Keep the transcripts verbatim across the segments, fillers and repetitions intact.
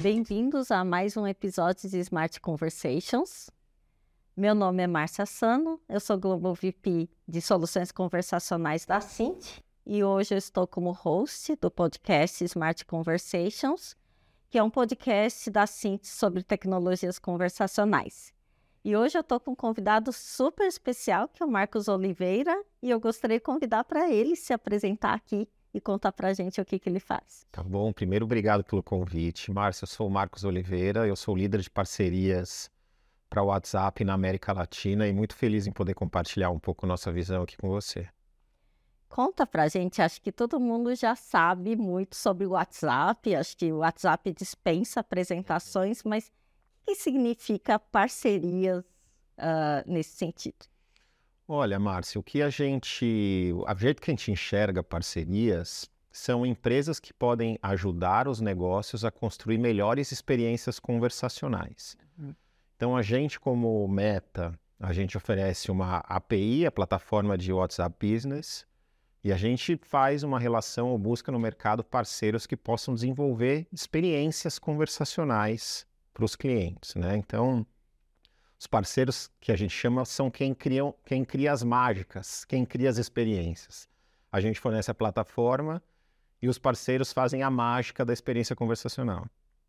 Bem-vindos a mais um episódio de Smart Conversations. Meu nome é Márcia Sano, eu sou Global V P de Soluções Conversacionais da Cint e hoje eu estou como host do podcast Smart Conversations, que é um podcast da Cint sobre tecnologias conversacionais. E hoje eu estou com um convidado super especial, que é o Marcos Oliveira, e eu gostaria de convidar para ele se apresentar aqui e contar para a gente o que, que ele faz. Tá bom, primeiro obrigado pelo convite. Márcia, eu sou o Marcos Oliveira, eu sou líder de parcerias para o WhatsApp na América Latina e muito feliz em poder compartilhar um pouco nossa visão aqui com você. Conta pra gente, acho que todo mundo já sabe muito sobre o WhatsApp, acho que o WhatsApp dispensa apresentações, mas o que significa parcerias uh, nesse sentido? Olha, Márcia, o que a gente, o jeito que a gente enxerga parcerias são empresas que podem ajudar os negócios a construir melhores experiências conversacionais. Uhum. Então, a gente como Meta, a gente oferece uma A P I, a plataforma de WhatsApp Business, e a gente faz uma relação ou busca no mercado parceiros que possam desenvolver experiências conversacionais para os clientes, né? Então, os parceiros que a gente chama são quem, criam, quem cria as mágicas, quem cria as experiências. A gente fornece a plataforma e os parceiros fazem a mágica da experiência conversacional.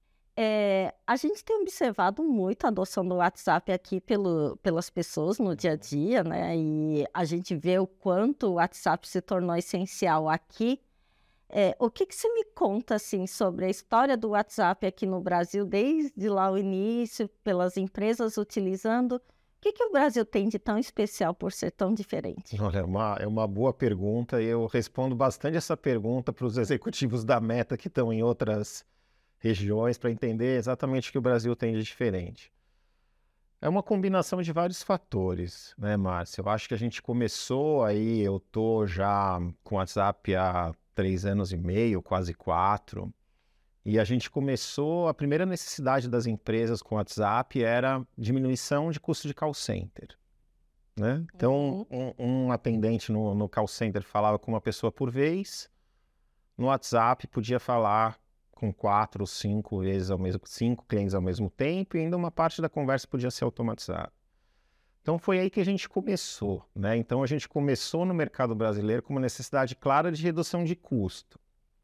É, a gente tem observado muito a adoção do WhatsApp aqui pelo, pelas pessoas no dia a dia, né? E a gente vê o quanto o WhatsApp se tornou essencial aqui. É, o que, que você me conta assim, sobre a história do WhatsApp aqui no Brasil, desde lá o início, pelas empresas utilizando? O que, que o Brasil tem de tão especial por ser tão diferente? Olha, é uma, é uma boa pergunta e eu respondo bastante essa pergunta para os executivos da Meta que estão em outras regiões para entender exatamente o que o Brasil tem de diferente. É uma combinação de vários fatores, né, Márcia? Eu acho que a gente começou aí, eu tô já com o WhatsApp há três anos e meio, quase quatro, e a gente começou, a primeira necessidade das empresas com o WhatsApp era diminuição de custo de call center, né? Então, uhum. um, um atendente no, no call center falava com uma pessoa por vez, no WhatsApp podia falar com quatro ou cinco vezes ao mesmo cinco clientes ao mesmo tempo, e ainda uma parte da conversa podia ser automatizada. Então foi aí que a gente começou, né? Então a gente começou no mercado brasileiro com uma necessidade clara de redução de custo.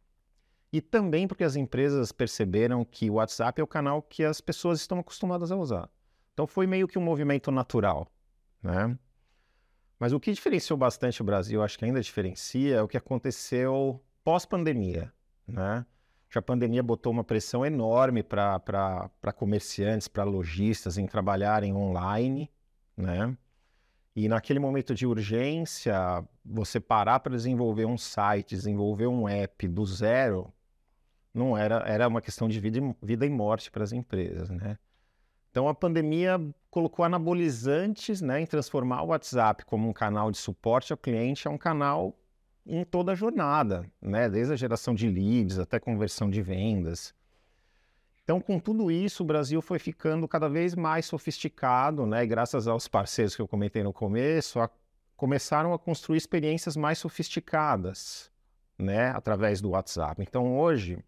E também porque as empresas perceberam que o WhatsApp é o canal que as pessoas estão acostumadas a usar. Então foi meio que um movimento natural, né? Mas o que diferenciou bastante o Brasil, acho que ainda diferencia, é o que aconteceu pós-pandemia, né? A pandemia botou uma pressão enorme para comerciantes, para lojistas em trabalharem online, né? E naquele momento de urgência, você parar para desenvolver um site, desenvolver um app do zero, não era, era uma questão de vida e, vida e morte para as empresas, né? Então a pandemia colocou anabolizantes, né, em transformar o WhatsApp como um canal de suporte ao cliente a um canal em toda a jornada, né? Desde a geração de leads até conversão de vendas. Então, com tudo isso, o Brasil foi ficando cada vez mais sofisticado, né? E graças aos parceiros que eu comentei no começo, a, começaram a construir experiências mais sofisticadas, né? Através do WhatsApp. Então, hoje,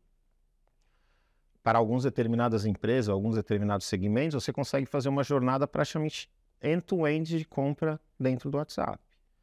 para algumas determinadas empresas, alguns determinados segmentos, você consegue fazer uma jornada praticamente end-to-end de compra dentro do WhatsApp.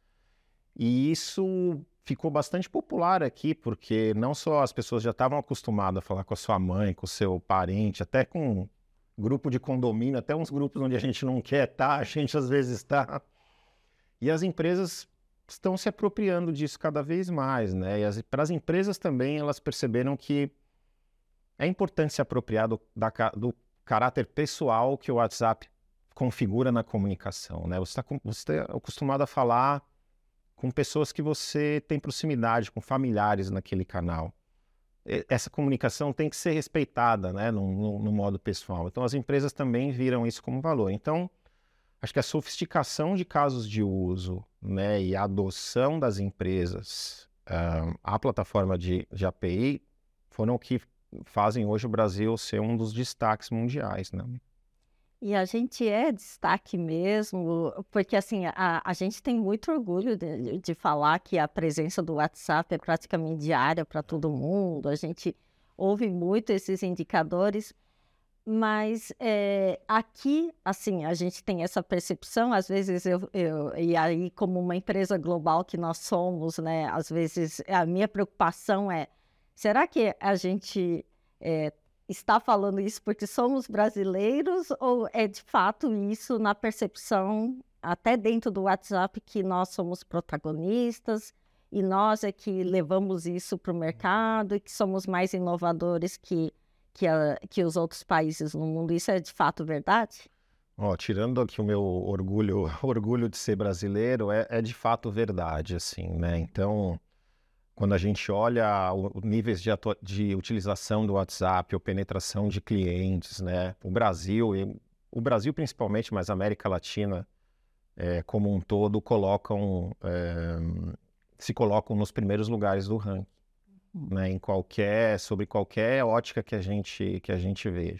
E isso ficou bastante popular aqui, porque não só as pessoas já estavam acostumadas a falar com a sua mãe, com o seu parente, até com grupo de condomínio, até uns grupos onde a gente não quer estar, a gente às vezes está. E as empresas estão se apropriando disso cada vez mais, né? E para as empresas também, elas perceberam que é importante se apropriar do, da, do caráter pessoal que o WhatsApp configura na comunicação, né? Você está você tá acostumado a falar com pessoas que você tem proximidade, com familiares naquele canal. Essa comunicação tem que ser respeitada, né, no, no, no modo pessoal. Então, as empresas também viram isso como valor. Então, acho que a sofisticação de casos de uso, né, e a adoção das empresas uh, à plataforma de, de A P I foram o que fazem hoje o Brasil ser um dos destaques mundiais, né? E a gente é destaque mesmo, porque assim, a, a gente tem muito orgulho de, de falar que a presença do WhatsApp é praticamente diária para todo mundo, a gente ouve muito esses indicadores, Mas é, aqui, assim, a gente tem essa percepção, às vezes eu, eu, e aí como uma empresa global que nós somos, né, às vezes a minha preocupação é, será que a gente é, está falando isso porque somos brasileiros ou é de fato isso na percepção, até dentro do WhatsApp, que nós somos protagonistas e nós é que levamos isso para o mercado e que somos mais inovadores que Que, a, que os outros países no mundo. Isso é de fato verdade? Ó, tirando aqui o meu orgulho, orgulho de ser brasileiro, é, é de fato verdade, assim, né? Então, quando a gente olha os níveis de, de utilização do WhatsApp, ou penetração de clientes, né? O Brasil, e, o Brasil principalmente, mas a América Latina é, como um todo, colocam, é, se colocam nos primeiros lugares do ranking. Né, em qualquer, sobre qualquer ótica que a gente, que a gente veja.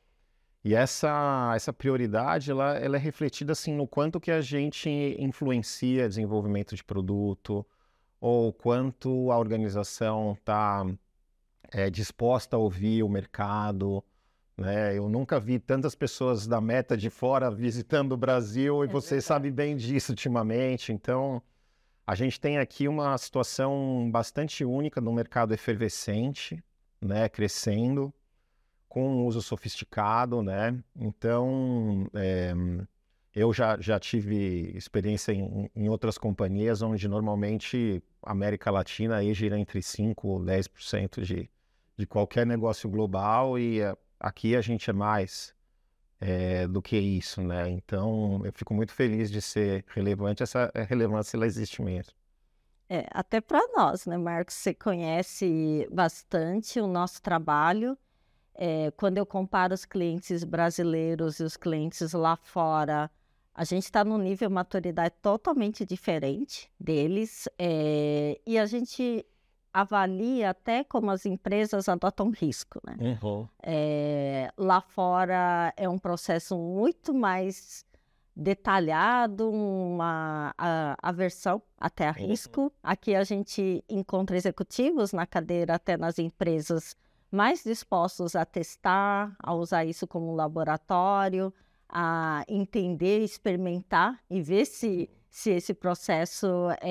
E essa, essa prioridade, ela, ela é refletida assim, no quanto que a gente influencia desenvolvimento de produto, ou quanto a organização está é, disposta a ouvir o mercado. Né? Eu nunca vi tantas pessoas da Meta de fora visitando o Brasil, e É você verdade. sabe bem disso ultimamente, então... A gente tem aqui uma situação bastante única no mercado efervescente, né, crescendo, com um uso sofisticado, né? Então, é, eu já, já tive experiência em, em outras companhias onde normalmente a América Latina aí gira entre cinco por cento e dez por cento de, de qualquer negócio global, e é, aqui a gente é mais é, do que isso, né? Então, eu fico muito feliz de ser relevante, essa relevância ela existe mesmo. É, até para nós, né, Marcos? Você conhece bastante o nosso trabalho. É, quando eu comparo os clientes brasileiros e os clientes lá fora, a gente está num nível de maturidade totalmente diferente deles. É, e a gente avalia até como as empresas adotam risco, né? Uhum. É, lá fora é um processo muito mais detalhado, uma a- aversão até a risco. Aqui a gente encontra executivos na cadeira, até nas empresas, mais dispostos a testar, a usar isso como um laboratório, a entender, experimentar e ver se, se esse processo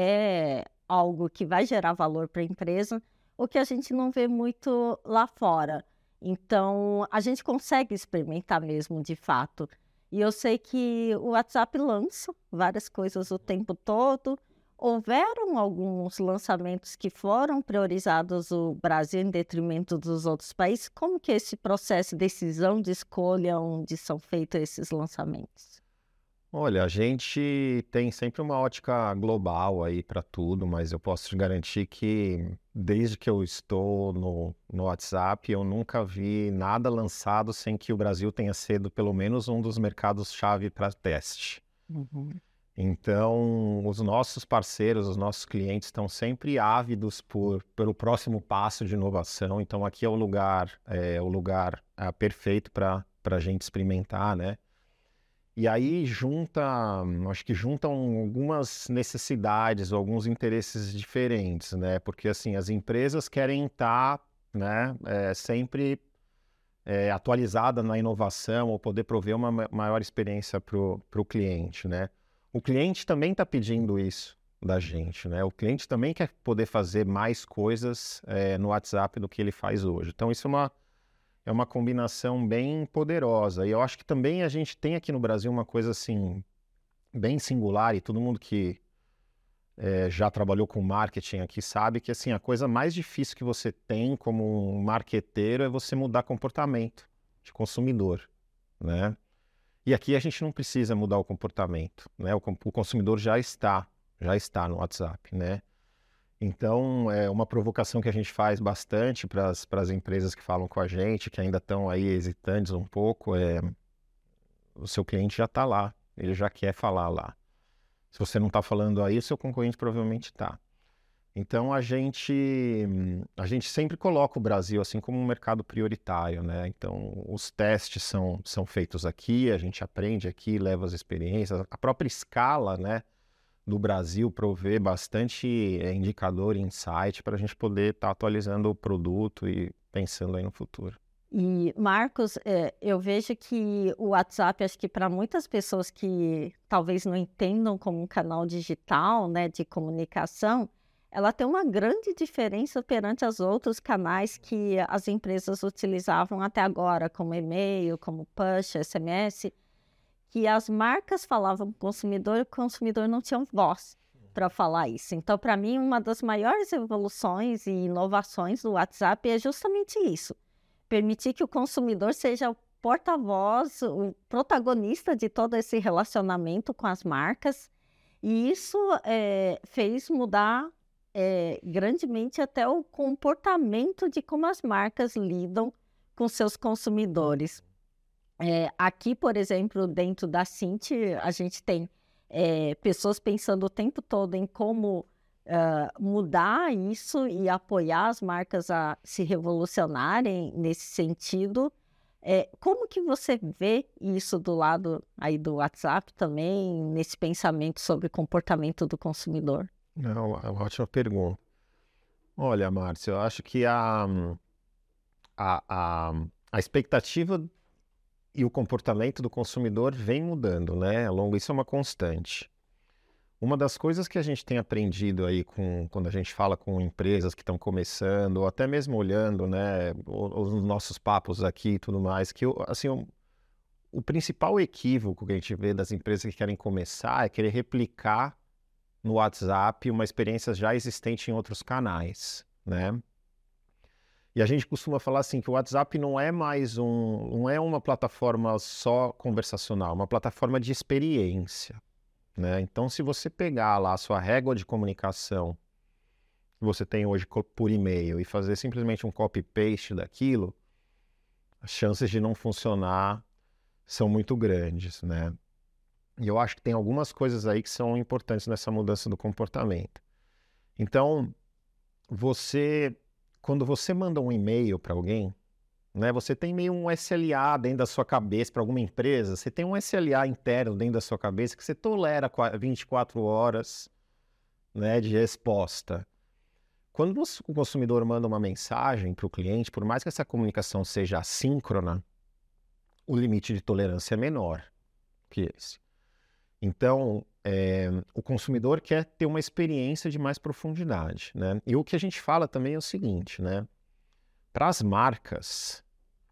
é algo que vai gerar valor para a empresa, o que a gente não vê muito lá fora. Então, a gente consegue experimentar mesmo, de fato. E eu sei que o WhatsApp lança várias coisas o tempo todo. Houveram alguns lançamentos que foram priorizados o Brasil em detrimento dos outros países. Como que é esse processo de decisão de escolha onde são feitos esses lançamentos? Olha, a gente tem sempre uma ótica global aí para tudo, mas eu posso te garantir que desde que eu estou no, no WhatsApp, eu nunca vi nada lançado sem que o Brasil tenha sido pelo menos um dos mercados-chave para teste. Uhum. Então, os nossos parceiros, os nossos clientes estão sempre ávidos por, pelo próximo passo de inovação. Então, aqui é o lugar, é, o lugar ah, perfeito para para a gente experimentar, né? E aí junta, acho que juntam algumas necessidades, alguns interesses diferentes, né? Porque assim, as empresas querem estar, né, é, sempre é, atualizada na inovação, ou poder prover uma ma- maior experiência para o cliente, né? O cliente também está pedindo isso da gente, né? O cliente também quer poder fazer mais coisas é, no WhatsApp do que ele faz hoje. Então isso é uma é uma combinação bem poderosa. E eu acho que também a gente tem aqui no Brasil uma coisa assim, bem singular, e todo mundo que é, já trabalhou com marketing aqui sabe que assim, a coisa mais difícil que você tem como um marqueteiro é você mudar comportamento de consumidor, né? E aqui a gente não precisa mudar o comportamento, né? O, o consumidor já está, já está no WhatsApp, né? Então, é uma provocação que a gente faz bastante para as empresas que falam com a gente, que ainda estão aí hesitantes um pouco, é o seu cliente já está lá, ele já quer falar lá. Se você não está falando aí, o seu concorrente provavelmente está. Então, a gente, a gente sempre coloca o Brasil assim como um mercado prioritário, né? Então, os testes são, são feitos aqui, a gente aprende aqui, leva as experiências, a própria escala, né? Do Brasil prover bastante é, indicador e insight para a gente poder estar tá atualizando o produto e pensando aí no futuro. E, Marcos, é, eu vejo que o WhatsApp, acho que para muitas pessoas que talvez não entendam como um canal digital, né, de comunicação, ela tem uma grande diferença perante os outros canais que as empresas utilizavam até agora, como e-mail, como push, S M S, que as marcas falavam com o consumidor e o consumidor não tinha voz para falar isso. Então, para mim, uma das maiores evoluções e inovações do WhatsApp é justamente isso. Permitir que o consumidor seja o porta-voz, o protagonista de todo esse relacionamento com as marcas. E isso é, fez mudar é, grandemente até o comportamento de como as marcas lidam com seus consumidores. É, aqui, por exemplo, dentro da Cint, a gente tem é, pessoas pensando o tempo todo em como uh, mudar isso e apoiar as marcas a se revolucionarem nesse sentido. É, como que você vê isso do lado aí do WhatsApp também, nesse pensamento sobre comportamento do consumidor? Não, é uma ótima pergunta. Olha, Márcia, eu acho que a, a, a, a expectativa e o comportamento do consumidor vem mudando, né? Ao longo, isso é uma constante. Uma das coisas que a gente tem aprendido aí com, quando a gente fala com empresas que estão começando, ou até mesmo olhando, né, os, os nossos papos aqui e tudo mais, que assim, o, o principal equívoco que a gente vê das empresas que querem começar é querer replicar no WhatsApp uma experiência já existente em outros canais, né? E a gente costuma falar assim que o WhatsApp não é mais um, não é uma plataforma só conversacional, é uma plataforma de experiência, né? Então, se você pegar lá a sua régua de comunicação que você tem hoje por e-mail e fazer simplesmente um copy-paste daquilo, as chances de não funcionar são muito grandes, né? E eu acho que tem algumas coisas aí que são importantes nessa mudança do comportamento. Então, você, quando você manda um e-mail para alguém, né, você tem meio um S L A dentro da sua cabeça para alguma empresa, você tem um S L A interno dentro da sua cabeça que você tolera vinte e quatro horas, né, de resposta. Quando o consumidor manda uma mensagem para o cliente, por mais que essa comunicação seja assíncrona, o limite de tolerância é menor que esse. Então, é, o consumidor quer ter uma experiência de mais profundidade, né? E o que a gente fala também é o seguinte, né? Para as marcas,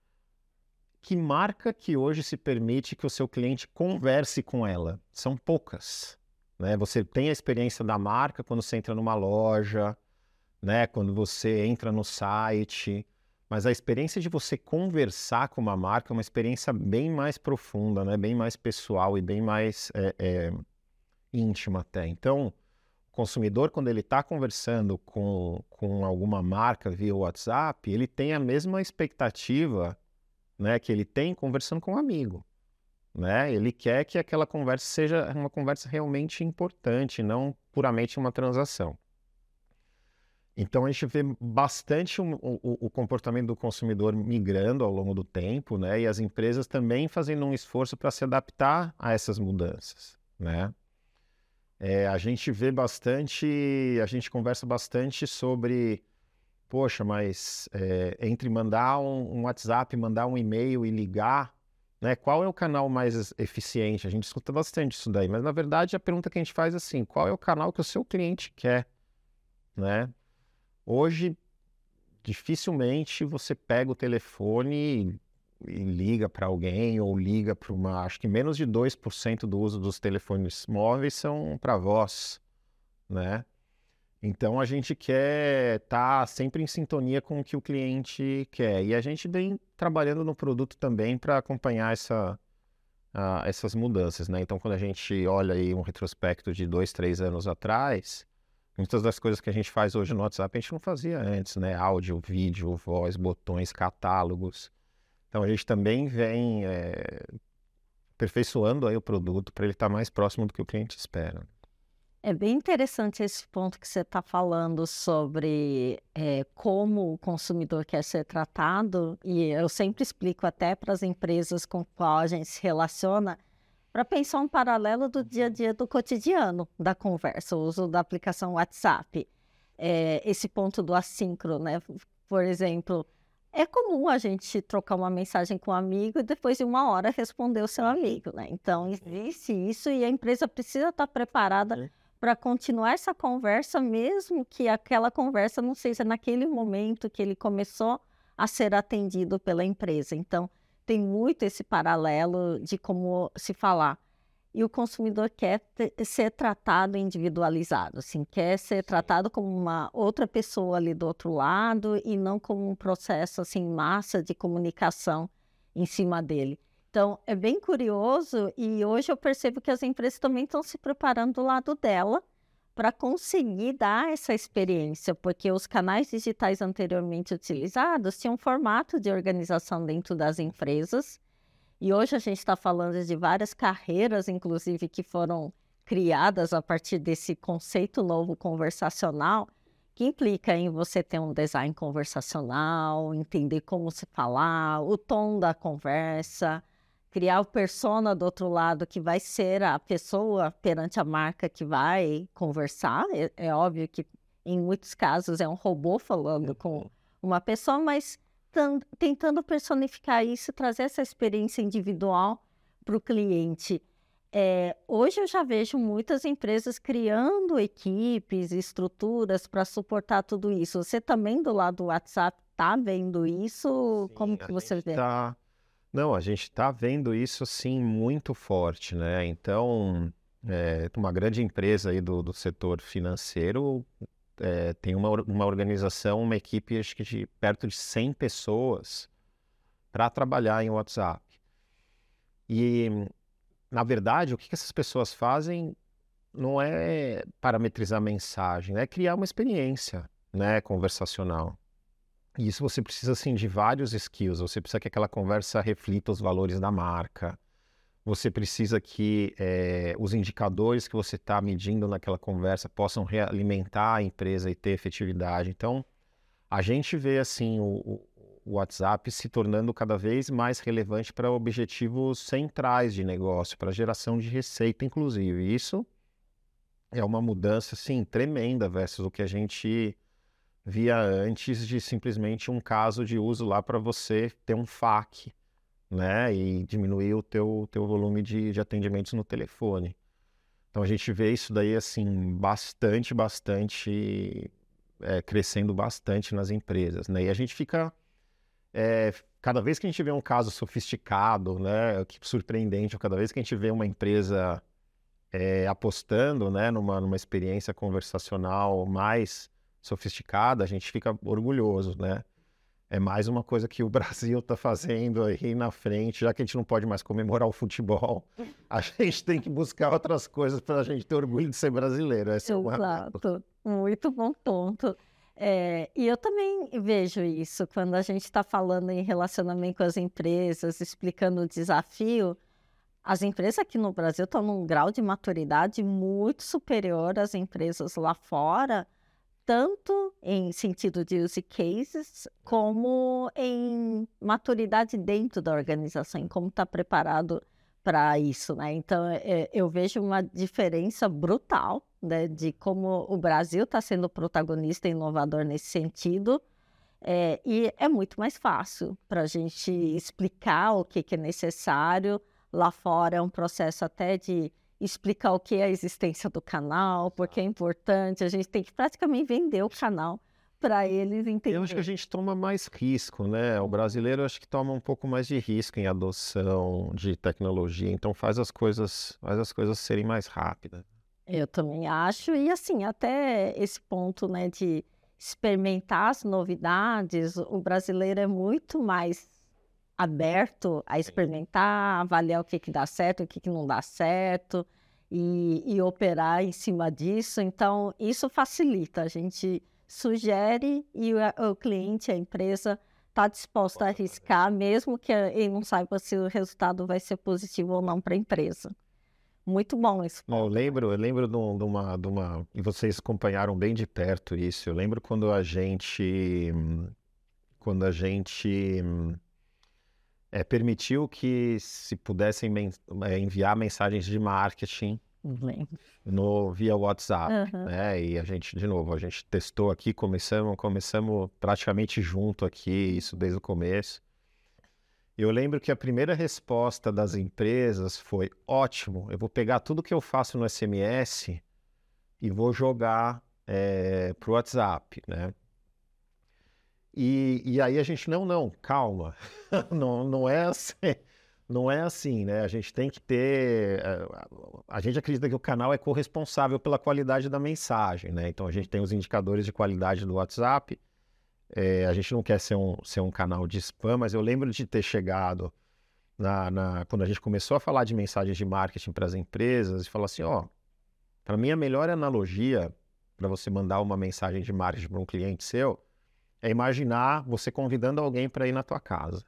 que marca que hoje se permite que o seu cliente converse com ela? São poucas, né? Você tem a experiência da marca quando você entra numa loja, né? Quando você entra no site, mas a experiência de você conversar com uma marca é uma experiência bem mais profunda, né? Bem mais pessoal e bem mais é, é, íntima até. Então, o consumidor, quando ele está conversando com, com alguma marca via WhatsApp, ele tem a mesma expectativa, né, que ele tem conversando com um amigo, né? Ele quer que aquela conversa seja uma conversa realmente importante, não puramente uma transação. Então, a gente vê bastante o, o, o comportamento do consumidor migrando ao longo do tempo, né? E as empresas também fazendo um esforço para se adaptar a essas mudanças, né? É, a gente vê bastante, a gente conversa bastante sobre, poxa, mas é, entre mandar um, um WhatsApp, mandar um e-mail e ligar, né? Qual é o canal mais eficiente? A gente escuta bastante isso daí, mas na verdade a pergunta que a gente faz é assim, qual é o canal que o seu cliente quer, né? Hoje, dificilmente você pega o telefone e, e liga para alguém ou liga para uma... Acho que menos de dois por cento do uso dos telefones móveis são para voz, né? Então, a gente quer estar tá sempre em sintonia com o que o cliente quer. E a gente vem trabalhando no produto também para acompanhar essa, uh, essas mudanças, né? Então, quando a gente olha aí um retrospecto de dois, três anos atrás... Muitas das coisas que a gente faz hoje no WhatsApp a gente não fazia antes, né? Áudio, vídeo, voz, botões, catálogos. Então a gente também vem é, aperfeiçoando aí o produto para ele estar mais próximo do que o cliente espera. É bem interessante esse ponto que você está falando sobre é, como o consumidor quer ser tratado, e eu sempre explico até para as empresas com qual a gente se relaciona, para pensar um paralelo do dia a dia, do cotidiano da conversa, o uso da aplicação WhatsApp. É, esse ponto do assíncrono, né? Por exemplo, é comum a gente trocar uma mensagem com um amigo e depois de uma hora responder o seu amigo, né? Então, existe isso e a empresa precisa estar preparada para continuar essa conversa, mesmo que aquela conversa não seja naquele momento que ele começou a ser atendido pela empresa. Então, tem muito esse paralelo de como se falar. E o consumidor quer ter, ser tratado individualizado, assim, quer ser tratado como uma outra pessoa ali do outro lado e não como um processo, assim, massa de comunicação em cima dele. Então, é bem curioso e hoje eu percebo que as empresas também estão se preparando do lado dela para conseguir dar essa experiência, porque os canais digitais anteriormente utilizados tinham um formato de organização dentro das empresas. E hoje a gente está falando de várias carreiras, inclusive, que foram criadas a partir desse conceito novo conversacional, que implica em você ter um design conversacional, entender como se falar, o tom da conversa, criar o persona do outro lado, que vai ser a pessoa perante a marca que vai conversar. É, é óbvio que, em muitos casos, é um robô falando com uma pessoa, mas tentando personificar isso, trazer essa experiência individual para o cliente. É, hoje eu já vejo muitas empresas criando equipes, estruturas para suportar tudo isso. Você também do lado do WhatsApp está vendo isso? Sim, Como que você vê? Tá... Não, a gente está vendo isso assim muito forte, né? Então, é, uma grande empresa aí do, do setor financeiro é, tem uma, uma organização, uma equipe acho que de perto de cem pessoas para trabalhar em WhatsApp. E, na verdade, o que, que essas pessoas fazem não é parametrizar a mensagem, é criar uma experiência, né, conversacional. E isso você precisa, assim, de vários skills. Você precisa que aquela conversa reflita os valores da marca. Você precisa que é, os indicadores que você está medindo naquela conversa possam realimentar a empresa e ter efetividade. Então, a gente vê, assim, o, o WhatsApp se tornando cada vez mais relevante para objetivos centrais de negócio, para geração de receita, inclusive. Isso é uma mudança, assim, tremenda versus o que a gente via antes de simplesmente um caso de uso lá para você ter um F A Q, né, e diminuir o teu, teu volume de, de atendimentos no telefone. Então a gente vê isso daí assim bastante, bastante, é, crescendo bastante nas empresas, né, e a gente fica, é, cada vez que a gente vê um caso sofisticado, né, que surpreendente, ou cada vez que a gente vê uma empresa é, apostando, né, numa, numa experiência conversacional mais sofisticada, a gente fica orgulhoso, né? É mais uma coisa que o Brasil está fazendo aí na frente, já que a gente não pode mais comemorar o futebol, a gente tem que buscar outras coisas para a gente ter orgulho de ser brasileiro. Essa é uma... Exato, muito bom ponto. É, e eu também vejo isso, quando a gente está falando em relacionamento com as empresas, explicando o desafio, as empresas aqui no Brasil estão num grau de maturidade muito superior às empresas lá fora, tanto em sentido de use cases, como em maturidade dentro da organização, em como está preparado para isso, né? Então, é, eu vejo uma diferença brutal, né, de como o Brasil está sendo protagonista e inovador nesse sentido, é, e é muito mais fácil para a gente explicar o que, que é necessário. Lá fora é um processo até de explicar o que é a existência do canal, porque é importante, a gente tem que praticamente vender o canal para eles entenderem. Eu acho que a gente toma mais risco, né? O brasileiro acho que toma um pouco mais de risco em adoção de tecnologia, então faz as coisas, faz as coisas serem mais rápidas. Eu também acho, e assim, até esse ponto, né, de experimentar as novidades, o brasileiro é muito mais aberto a experimentar, avaliar o que, que dá certo, o que, que não dá certo e, e operar em cima disso. Então, isso facilita. A gente sugere e o, o cliente, a empresa, está disposta a arriscar, mesmo que ele não saiba se o resultado vai ser positivo ou não para a empresa. Muito bom isso. Eu lembro, eu lembro de uma, de uma... E vocês acompanharam bem de perto isso. Eu lembro quando a gente... Quando a gente... É, permitiu que se pudessem men é, enviar mensagens de marketing Lembro. no, via WhatsApp, Aham. né? E a gente, de novo, a gente testou aqui, começamos, começamos praticamente junto aqui, isso desde o começo. Eu lembro que a primeira resposta das empresas foi: ótimo, eu vou pegar tudo que eu faço no S M S e vou jogar para o WhatsApp, né? E, e aí a gente, não, não, calma, não, não é assim, não é assim, né? A gente tem que ter, a, a gente acredita que o canal é corresponsável pela qualidade da mensagem, né? Então a gente tem os indicadores de qualidade do WhatsApp. É, a gente não quer ser um, ser um canal de spam, mas eu lembro de ter chegado na, na- quando a gente começou a falar de mensagens de marketing para as empresas e falar assim, ó, para mim a melhor analogia para você mandar uma mensagem de marketing para um cliente seu é imaginar você convidando alguém para ir na tua casa,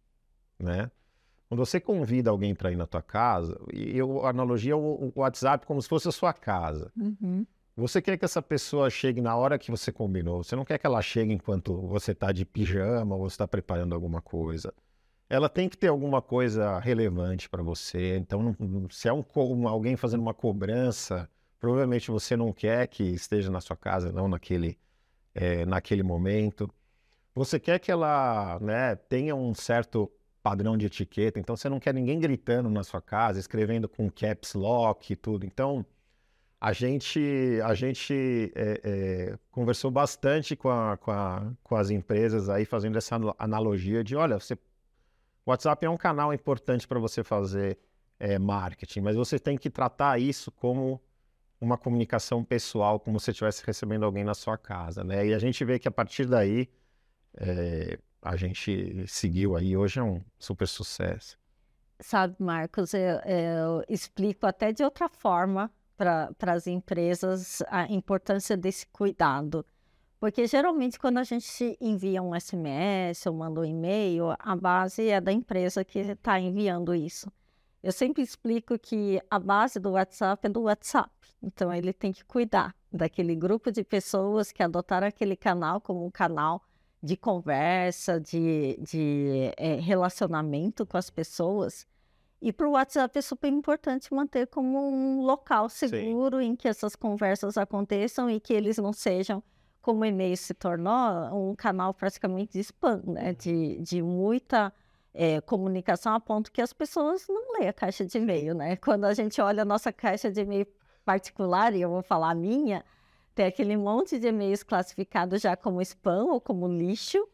né? Quando você convida alguém para ir na tua casa, e eu a analogia é o, o WhatsApp como se fosse a sua casa. Uhum. Você quer que essa pessoa chegue na hora que você combinou. Você não quer que ela chegue enquanto você está de pijama ou você está preparando alguma coisa. Ela tem que ter alguma coisa relevante para você. Então, não- não- se é um, co- um- alguém fazendo uma cobrança, provavelmente você não quer que esteja na sua casa, não naquele, eh, naquele momento. Você quer que ela, né, tenha um certo padrão de etiqueta. Então, você não quer ninguém gritando na sua casa, escrevendo com caps lock e tudo. Então, a gente, a gente é, é, conversou bastante com, a- com, a- com as empresas aí, fazendo essa ano- analogia de, olha, você, o WhatsApp é um canal importante para você fazer é, marketing, mas você tem que tratar isso como uma comunicação pessoal, como se você estivesse recebendo alguém na sua casa, né? E a gente vê que a partir daí é, a gente seguiu aí, hoje é um super sucesso. Sabe, Marcos, eu, eu explico até de outra forma para as empresas a importância desse cuidado. Porque geralmente quando a gente envia um S M S ou manda um e-mail, a base é da empresa que está enviando isso. Eu sempre explico que a base do WhatsApp é do WhatsApp. Então ele tem que cuidar daquele grupo de pessoas que adotaram aquele canal como um canal de conversa, de, de eh, relacionamento com as pessoas. E para o WhatsApp é super importante manter como um local Sim. seguro em que essas conversas aconteçam e que eles não sejam, como o e-mail se tornou, um canal praticamente de spam, né? De, de muita eh, comunicação a ponto que as pessoas não leem a caixa de e-mail, né? Quando a gente olha a nossa caixa de e-mail particular, e eu vou falar a minha, tem aquele monte de e-mails classificados já como spam ou como lixo.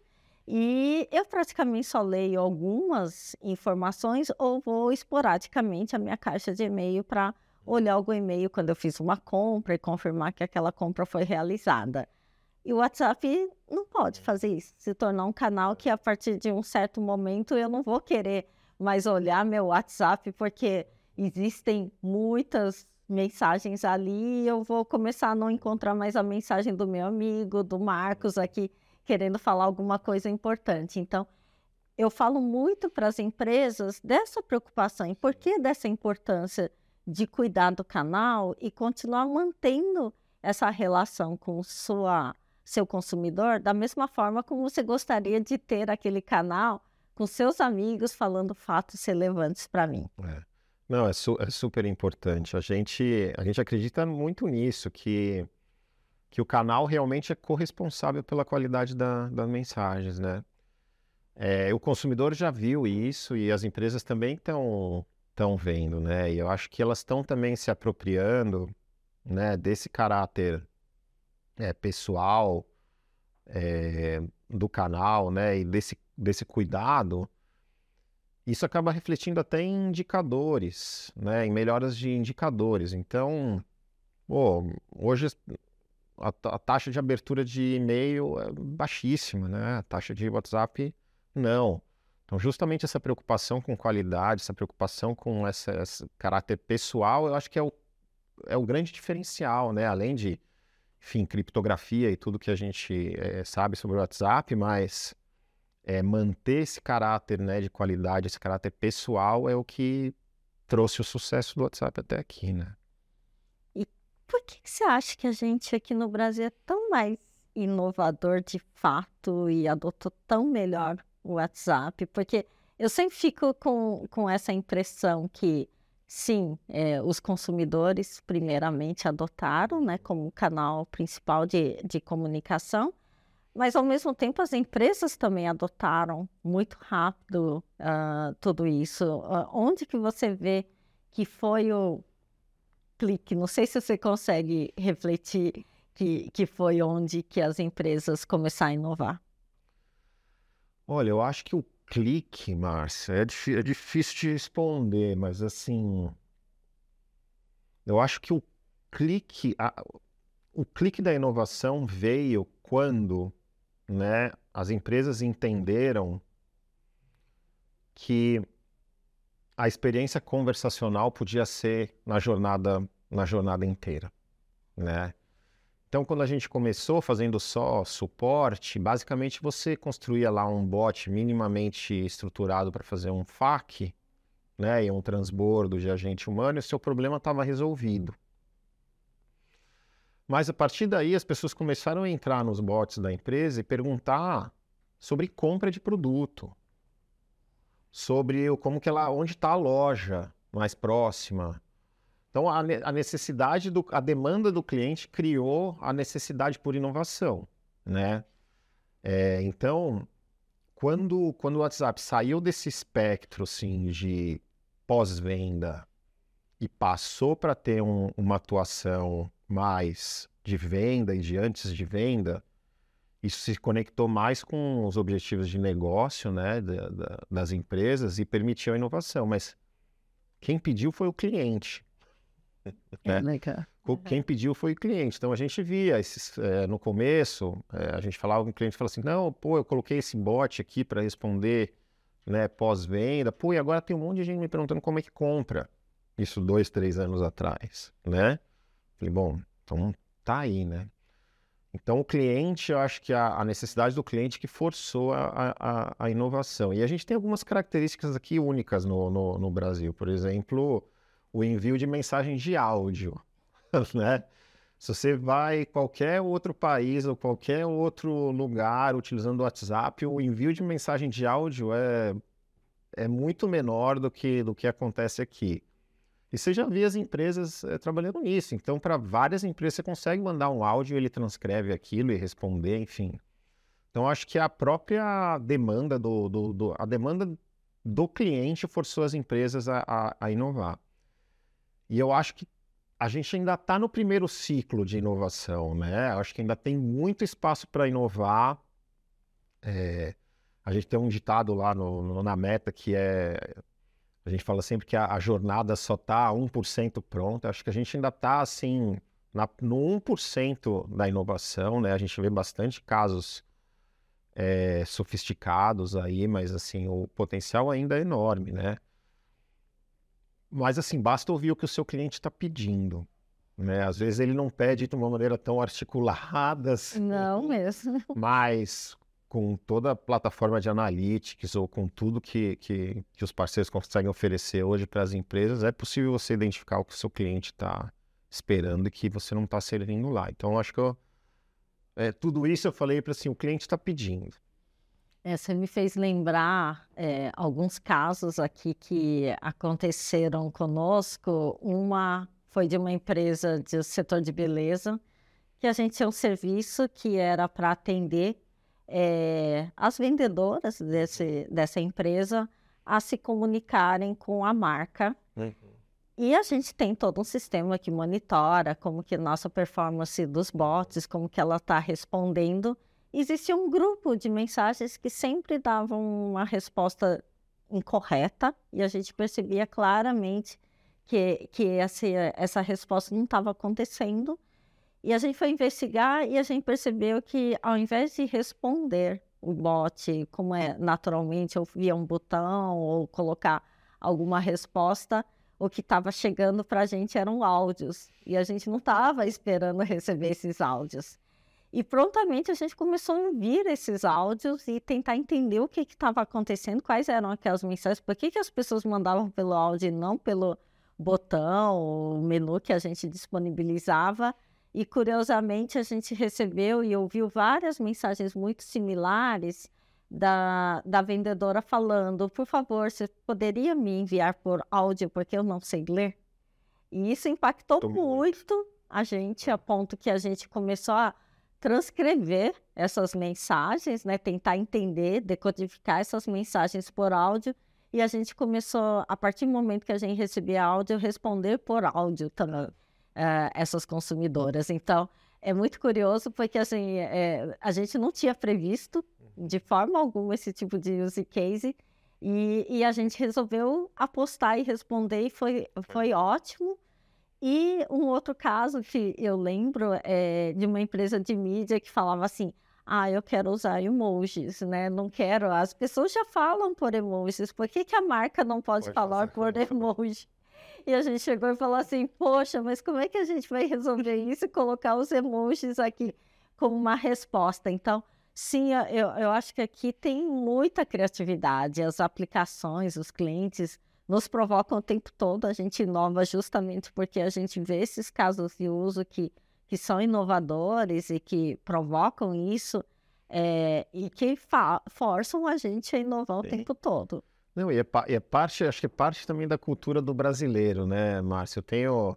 E eu praticamente só leio algumas informações ou vou esporadicamente à minha caixa de e-mail para olhar algum e-mail quando eu fiz uma compra e confirmar que aquela compra foi realizada. E o WhatsApp não pode fazer isso, se tornar um canal que a partir de um certo momento eu não vou querer mais olhar meu WhatsApp porque existem muitas mensagens ali e eu vou começar a não encontrar mais a mensagem do meu amigo, do Marcos aqui, querendo falar alguma coisa importante. Então, eu falo muito para as empresas dessa preocupação e por que dessa importância de cuidar do canal e continuar mantendo essa relação com sua, seu consumidor da mesma forma como você gostaria de ter aquele canal com seus amigos falando fatos relevantes para mim. É. Não, é, su- é super importante. A gente, a gente acredita muito nisso, que, que o canal realmente é corresponsável pela qualidade da- das mensagens, né? É, o consumidor já viu isso e as empresas também estão estão vendo, né? E eu acho que elas estão também se apropriando, né, desse caráter é, pessoal é, do canal, né? E desse, desse cuidado. Isso acaba refletindo até em indicadores, né? Em melhoras de indicadores. Então, pô, hoje a, ta- a taxa de abertura de e-mail é baixíssima, né? A taxa de WhatsApp, não. Então, justamente essa preocupação com qualidade, essa preocupação com essa, esse caráter pessoal, eu acho que é o, é o grande diferencial, né? Além de, enfim, criptografia e tudo que a gente eh, sabe sobre o WhatsApp, mas é, manter esse caráter, né, de qualidade, esse caráter pessoal é o que trouxe o sucesso do WhatsApp até aqui, né? E por que que você acha que a gente aqui no Brasil é tão mais inovador de fato e adotou tão melhor o WhatsApp? Porque eu sempre fico com, com essa impressão que Sim, é, os consumidores primeiramente adotaram, né, como canal principal de, de comunicação, mas ao mesmo tempo as empresas também adotaram muito rápido uh, tudo isso. Uh, onde que você vê que foi o clique? Não sei se você consegue refletir que, que foi onde que as empresas começaram a inovar. Olha, eu acho que o clique, Márcia, é, é difícil de responder, mas assim, eu acho que o clique, a, o clique da inovação veio quando, né, as empresas entenderam que a experiência conversacional podia ser na jornada, na jornada inteira, né? Então, quando a gente começou fazendo só suporte, basicamente você construía lá um bot minimamente estruturado para fazer um F A Q, né, e um transbordo de agente humano, e o seu problema estava resolvido. Mas a partir daí as pessoas começaram a entrar nos bots da empresa e perguntar sobre compra de produto, sobre o, como que ela, onde está a loja mais próxima. Então a, a necessidade, do, a demanda do cliente criou a necessidade por inovação, né? É, então, quando, quando o WhatsApp saiu desse espectro assim, de pós-venda e passou para ter um, uma atuação mais de venda e de antes de venda, isso se conectou mais com os objetivos de negócio, né, da, da, das empresas e permitiu a inovação. Mas quem pediu foi o cliente. Né? Legal. Quem pediu foi o cliente. Então a gente via esses, é, no começo, é, a gente falava com o cliente, falava assim, não, pô, eu coloquei esse bot aqui para responder, né, pós-venda, pô, e agora tem um monte de gente me perguntando como é que compra. Isso dois, três anos atrás, né? Falei, bom, então tá aí, né? Então o cliente, eu acho que a, a necessidade do cliente que forçou a, a, a inovação. E a gente tem algumas características aqui únicas no, no, no Brasil. Por exemplo, o envio de mensagens de áudio, né? Se você vai em qualquer outro país ou qualquer outro lugar utilizando o WhatsApp, o envio de mensagem de áudio é, é muito menor do que, do que acontece aqui. E você já vê as empresas é, trabalhando nisso. Então, para várias empresas, você consegue mandar um áudio, ele transcreve aquilo e responder, enfim. Então, acho que a própria demanda do, do, do, a demanda do cliente forçou as empresas a, a, a inovar. E eu acho que a gente ainda está no primeiro ciclo de inovação, né? Eu acho que ainda tem muito espaço para inovar. É, a gente tem um ditado lá no, no, na Meta que é... A gente fala sempre que a, a jornada só está um por cento pronta. Acho que a gente ainda está assim, na, no um por cento da inovação, né? A gente vê bastante casos é, sofisticados aí, mas assim, o potencial ainda é enorme, né? Mas assim, basta ouvir o que o seu cliente está pedindo, né? Às vezes ele não pede de uma maneira tão articulada, assim, Não mesmo. mas com toda a plataforma de analytics ou com tudo que, que, que os parceiros conseguem oferecer hoje para as empresas, é possível você identificar o que o seu cliente está esperando e que você não está servindo lá. Então, acho que eu, é, tudo isso eu falei para assim, o cliente está pedindo. É, você me fez lembrar é, alguns casos aqui que aconteceram conosco. Uma foi de uma empresa do setor de beleza, que a gente tinha um serviço que era para atender É, as vendedoras desse, dessa empresa a se comunicarem com a marca. Uhum. E a gente tem todo um sistema que monitora como que nossa performance dos bots, como que ela está respondendo. Existia um grupo de mensagens que sempre davam uma resposta incorreta e a gente percebia claramente que, que essa, essa resposta não estava acontecendo. E a gente foi investigar e a gente percebeu que, ao invés de responder o bot, como é naturalmente, ou via um botão, ou colocar alguma resposta, o que estava chegando para a gente eram áudios. E a gente não estava esperando receber esses áudios. E prontamente a gente começou a ouvir esses áudios e tentar entender o que estava acontecendo, quais eram aquelas mensagens, por que, que as pessoas mandavam pelo áudio e não pelo botão, ou menu que a gente disponibilizava. E, curiosamente, a gente recebeu e ouviu várias mensagens muito similares, da, da vendedora falando, por favor, você poderia me enviar por áudio, porque eu não sei ler? E isso impactou Tô muito. muito a gente, a ponto que a gente começou a transcrever essas mensagens, né? Tentar entender, decodificar essas mensagens por áudio. E a gente começou, a partir do momento que a gente recebia áudio, responder por áudio também uh, essas consumidoras. Então, é muito curioso, porque assim, é, a gente não tinha previsto de forma alguma esse tipo de use case, e, e a gente resolveu apostar e responder, e foi, foi ótimo. E um outro caso que eu lembro é de uma empresa de mídia que falava assim, ah, eu quero usar emojis, né? Não quero, as pessoas já falam por emojis, por que que a marca não pode, Pode falar fazer. por emoji? E a gente chegou e falou assim, poxa, mas como é que a gente vai resolver isso e colocar os emojis aqui como uma resposta? Então, sim, eu, eu acho que aqui tem muita criatividade, as aplicações, os clientes nos provocam o tempo todo, a gente inova justamente porque a gente vê esses casos de uso que, que são inovadores e que provocam isso, é, e que fa- forçam a gente a inovar o Sim. tempo todo. Não, e é, pa- e é parte, acho que é parte também da cultura do brasileiro, né, Márcio? Eu tenho,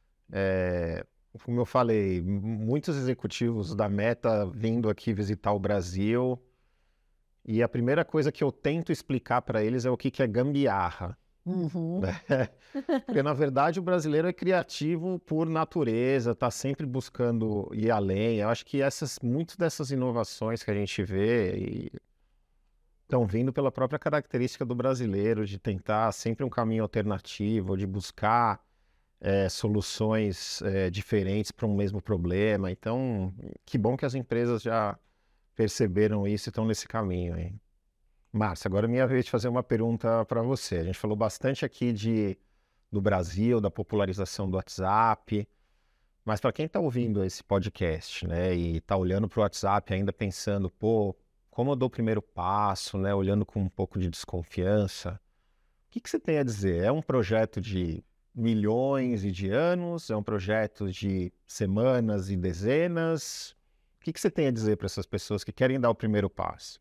é, como eu falei, m- muitos executivos da Meta vindo aqui visitar o Brasil, e a primeira coisa que eu tento explicar para eles é o que que é gambiarra. Uhum. Né? Porque, na verdade, o brasileiro é criativo por natureza, está sempre buscando ir além. Eu acho que essas, muitas dessas inovações que a gente vê estão vindo pela própria característica do brasileiro, de tentar sempre um caminho alternativo, de buscar é, soluções é, diferentes para um mesmo problema. Então, que bom que as empresas já perceberam isso e estão nesse caminho, hein? Márcia, agora é minha vez de fazer uma pergunta para você. A gente falou bastante aqui de, do Brasil, da popularização do WhatsApp, mas para quem está ouvindo esse podcast, né, e está olhando para o WhatsApp ainda pensando, pô, como eu dou o primeiro passo, né, olhando com um pouco de desconfiança, o que que você tem a dizer? É um projeto de milhões e de anos? É um projeto de semanas e dezenas? O que que você tem a dizer para essas pessoas que querem dar o primeiro passo?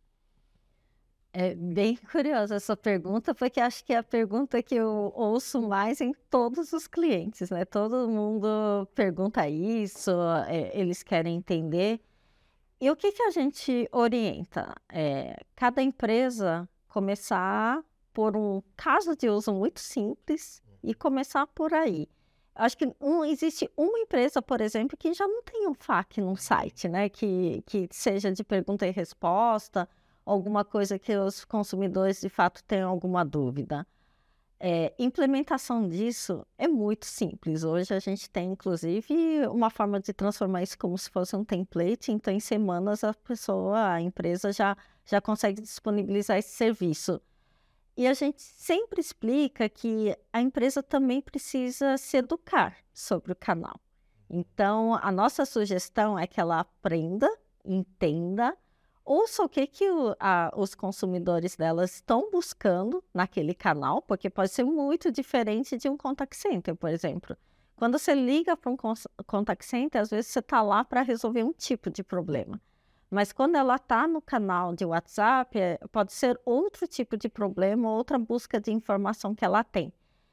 É bem curiosa essa pergunta, porque acho que é a pergunta que eu ouço mais em todos os clientes, né? Todo mundo pergunta isso, é, eles querem entender. E o que que a gente orienta? É, cada empresa começar por um caso de uso muito simples e começar por aí. Acho que um- existe uma empresa, por exemplo, que já não tem um F A Q no site, né? Que, que seja de pergunta e resposta, alguma coisa que os consumidores de fato tenham alguma dúvida. É, implementação disso é muito simples. Hoje a gente tem, inclusive, uma forma de transformar isso como se fosse um template. Então, em semanas, a pessoa, a empresa já, já consegue disponibilizar esse serviço. E a gente sempre explica que a empresa também precisa se educar sobre o canal. Então, a nossa sugestão é que ela aprenda, entenda, ouça o que, que o- a- os consumidores delas estão buscando naquele canal, porque pode ser muito diferente de um contact center, por exemplo. Quando você liga para um cons- contact center, às vezes você está lá para resolver um tipo de problema. Mas quando ela está no canal de WhatsApp, é, pode ser outro tipo de problema, outra busca de informação que ela tem.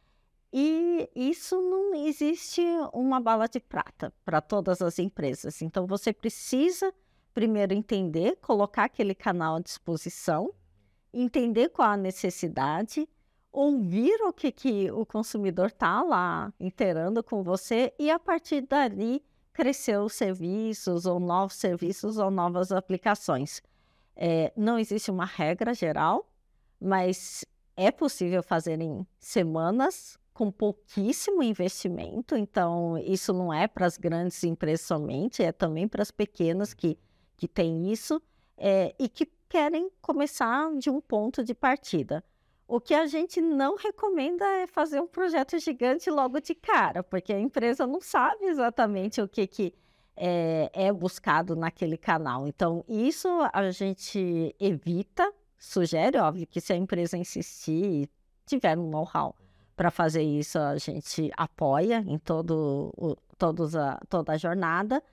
E isso não existe uma bala de prata para todas as empresas. Então, você precisa primeiro entender, colocar aquele canal à disposição, entender qual a necessidade, ouvir o que, que o consumidor está lá inteirando com você e, a partir dali, crescer os serviços, ou novos serviços, ou novas aplicações. É, não existe uma regra geral, mas é possível fazer em semanas com pouquíssimo investimento. Então, isso não é para as grandes empresas somente, é também para as pequenas que, que têm isso, é, e que querem começar de um ponto de partida. O que a gente não recomenda é fazer um projeto gigante logo de cara, porque a empresa não sabe exatamente o que, que é, é buscado naquele canal. Então, isso a gente evita, sugere, óbvio, que se a empresa insistir e tiver um know-how para fazer isso, a gente apoia em todo, o, todos a, toda a jornada,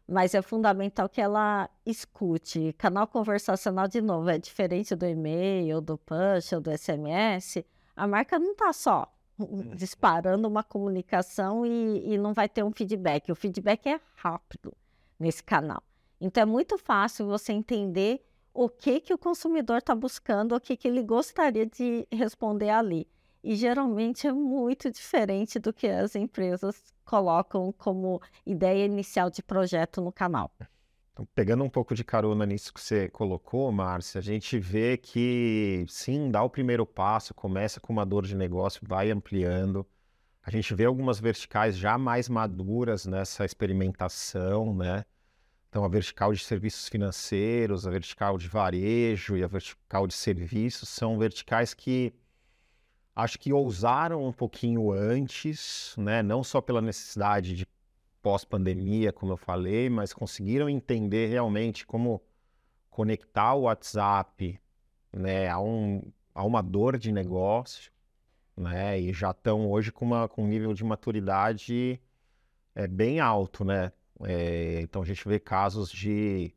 mas é fundamental que ela escute. Canal conversacional, de novo, é diferente do e-mail, do push ou do S M S. A marca não está só disparando uma comunicação e, e não vai ter um feedback. O feedback é rápido nesse canal. Então, é muito fácil você entender o que, que o consumidor está buscando, o que, que ele gostaria de responder ali. E geralmente é muito diferente do que as empresas colocam como ideia inicial de projeto no canal. Então, pegando um pouco de carona nisso que você colocou, Márcia, a gente vê que sim, dá o primeiro passo, começa com uma dor de negócio, vai ampliando. A gente vê algumas verticais já mais maduras nessa experimentação, né? Então, a vertical de serviços financeiros, a vertical de varejo e a vertical de serviços são verticais que acho que ousaram um pouquinho antes, né? Não só pela necessidade de pós-pandemia, como eu falei, mas conseguiram entender realmente como conectar o WhatsApp, né, a, um, a uma dor de negócio, né? E já estão hoje com, uma, com um nível de maturidade é, bem alto, né? É, então a gente vê casos de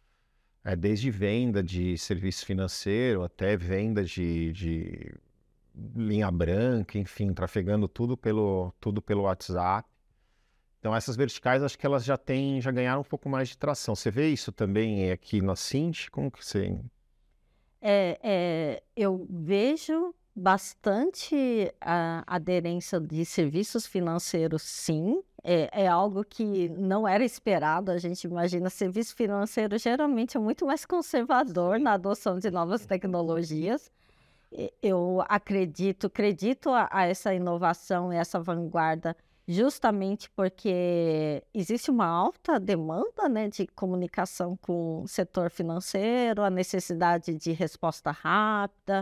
é, desde venda de serviço financeiro até venda de, de linha branca, enfim, trafegando tudo pelo, tudo pelo WhatsApp. Então essas verticais, acho que elas já têm, já ganharam um pouco mais de tração. Você vê isso também aqui na Cint? Como que você... É, é, eu vejo bastante a aderência de serviços financeiros, sim. É, é algo que não era esperado. A gente imagina, serviço financeiro geralmente é muito mais conservador na adoção de novas tecnologias. Eu acredito, acredito a, a essa inovação e essa vanguarda justamente porque existe uma alta demanda, né, de comunicação com o setor financeiro, a necessidade de resposta rápida,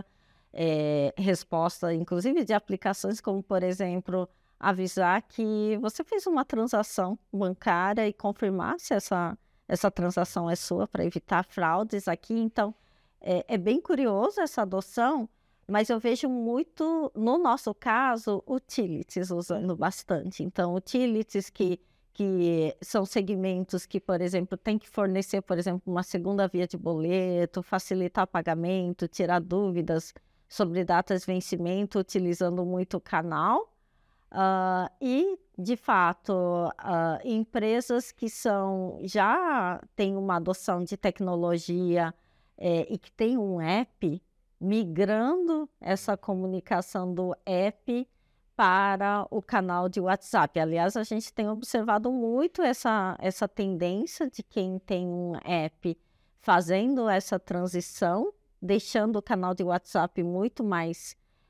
é, resposta inclusive de aplicações como, por exemplo, avisar que você fez uma transação bancária e confirmar se essa, essa transação é sua para evitar fraudes aqui. Então, é, é bem curioso essa adoção. Mas eu vejo muito, no nosso caso, utilities usando bastante. Então, utilities que, que são segmentos que, por exemplo, tem que fornecer, por exemplo, uma segunda via de boleto, facilitar pagamento, tirar dúvidas sobre datas de vencimento, utilizando muito o canal. Uh, e, de fato, uh, empresas que são, já têm uma adoção de tecnologia eh, e que têm um app, migrando essa comunicação do app para o canal de WhatsApp. Aliás, a gente tem observado muito essa, essa tendência de quem tem um app fazendo essa transição, deixando o canal de WhatsApp muito mais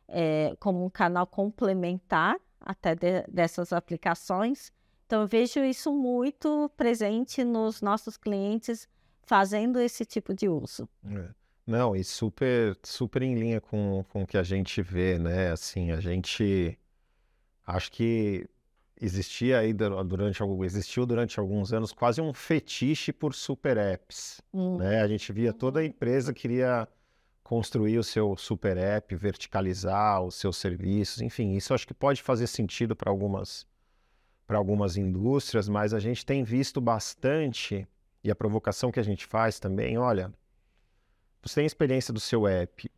é, como um canal complementar até de, dessas aplicações. Então, eu vejo isso muito presente nos nossos clientes fazendo esse tipo de uso. É. Não, e super, super em linha com, com o que a gente vê, né? Assim, a gente acho que existia aí durante algum, existiu durante alguns anos quase um fetiche por super apps, Hum. né? A gente via toda a empresa queria construir o seu super app, verticalizar os seus serviços, enfim, isso acho que pode fazer sentido para algumas, para algumas indústrias, mas a gente tem visto bastante, e a provocação que a gente faz também, olha, você tem experiência do seu app,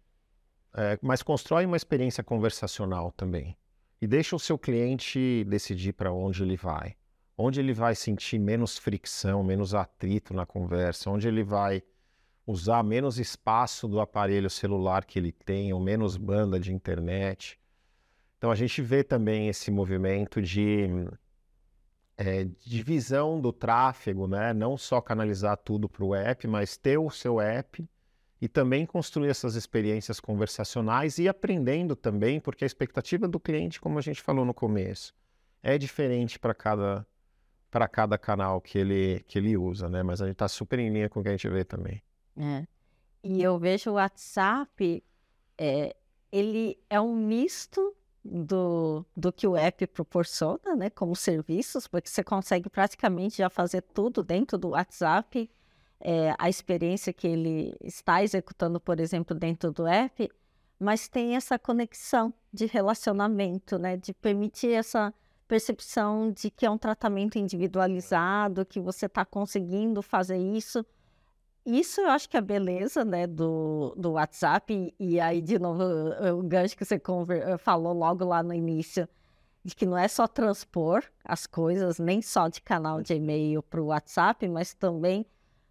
é, mas constrói uma experiência conversacional também. E deixa o seu cliente decidir para onde ele vai. Onde ele vai sentir menos fricção, menos atrito na conversa, onde ele vai usar menos espaço do aparelho celular que ele tem, ou menos banda de internet. Então a gente vê também esse movimento de é, divisão do tráfego, né? Não só canalizar tudo para o app, mas ter o seu app e também construir essas experiências conversacionais e aprendendo também, porque a expectativa do cliente, como a gente falou no começo, é diferente para cada, para cada canal que ele, que ele usa, né? Mas a gente está super em linha com o que a gente vê também. É. E eu vejo o WhatsApp, é, ele é um misto do, do que o app proporciona, né? Como serviços, porque você consegue praticamente já fazer tudo dentro do WhatsApp. É, a experiência que ele está executando, por exemplo, dentro do app, mas tem essa conexão de relacionamento, né? De permitir essa percepção de que é um tratamento individualizado, que você está conseguindo fazer isso. Isso eu acho que é a beleza, né, do, do WhatsApp. E, e aí, de novo, o gancho que você conver, falou logo lá no início, de que não é só transpor as coisas, nem só de canal de e-mail para o WhatsApp, mas também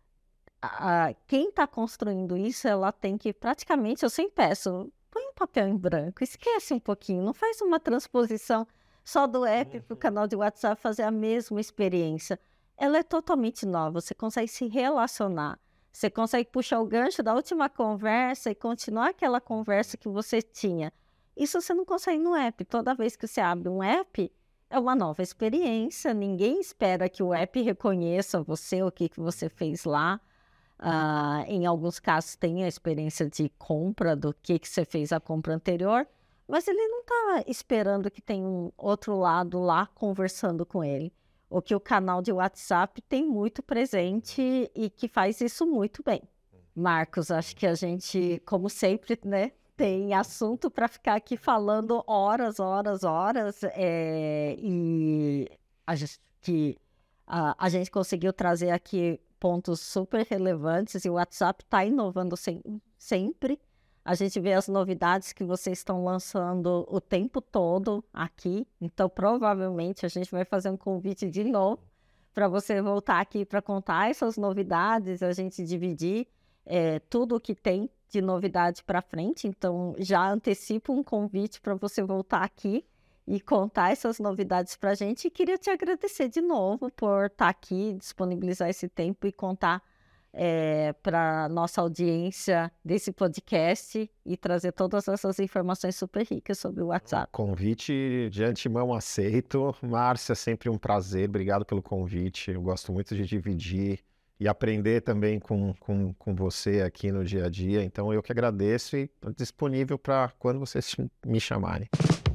a, quem está construindo isso, ela tem que praticamente, eu sempre peço, põe um papel em branco, esquece um pouquinho, não faz uma transposição só do app para o canal de WhatsApp fazer a mesma experiência. Ela é totalmente nova, você consegue se relacionar, você consegue puxar o gancho da última conversa e continuar aquela conversa que você tinha. Isso você não consegue no app. Toda vez que você abre um app, é uma nova experiência. Ninguém espera que o app reconheça você, o que, que você fez lá. Uh, em alguns casos tem a experiência de compra, do que, que você fez a compra anterior, mas ele não está esperando que tem um outro lado lá conversando com ele. O que o canal de WhatsApp tem muito presente e que faz isso muito bem. Marcos, acho que a gente, como sempre, né, tem assunto para ficar aqui falando horas, horas, horas, é, e a gente, que, a, a gente conseguiu trazer aqui pontos super relevantes e o WhatsApp está inovando sem, sempre. A gente vê as novidades que vocês estão lançando o tempo todo aqui, então provavelmente a gente vai fazer um convite de novo para você voltar aqui para contar essas novidades, a gente dividir é, tudo o que tem de novidade para frente. Então já antecipo um convite para você voltar aqui e contar essas novidades para a gente. E queria te agradecer de novo por estar aqui, disponibilizar esse tempo e contar É, para a nossa audiência desse podcast e trazer todas essas informações super ricas sobre o WhatsApp. Convite de antemão aceito. Márcia, sempre um prazer. Obrigado pelo convite. Eu gosto muito de dividir e aprender também com, com, com você aqui no dia a dia. Então, eu que agradeço e estou disponível para quando vocês me chamarem.